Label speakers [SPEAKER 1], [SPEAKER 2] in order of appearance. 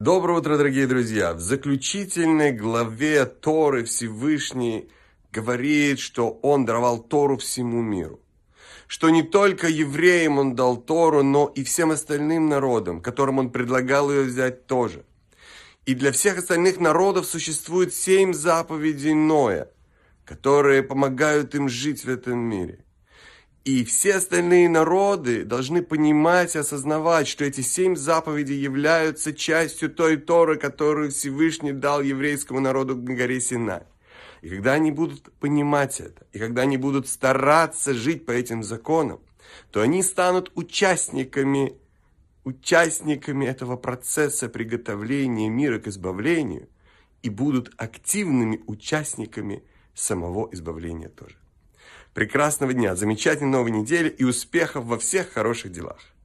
[SPEAKER 1] Доброе утро, дорогие друзья! В заключительной главе Торы Всевышний говорит, что Он даровал Тору всему миру. Что не только евреям Он дал Тору, но и всем остальным народам, которым Он предлагал ее взять тоже. И для всех остальных народов существует 7 заповедей Ноя, которые помогают им жить в этом мире. И все остальные народы должны понимать и осознавать, что эти 7 заповедей являются частью той Торы, которую Всевышний дал еврейскому народу на горе Синай. И когда они будут понимать это, и когда они будут стараться жить по этим законам, то они станут участниками этого процесса приготовления мира к избавлению и будут активными участниками самого избавления тоже. Прекрасного дня, замечательной новой недели и успехов во всех хороших делах.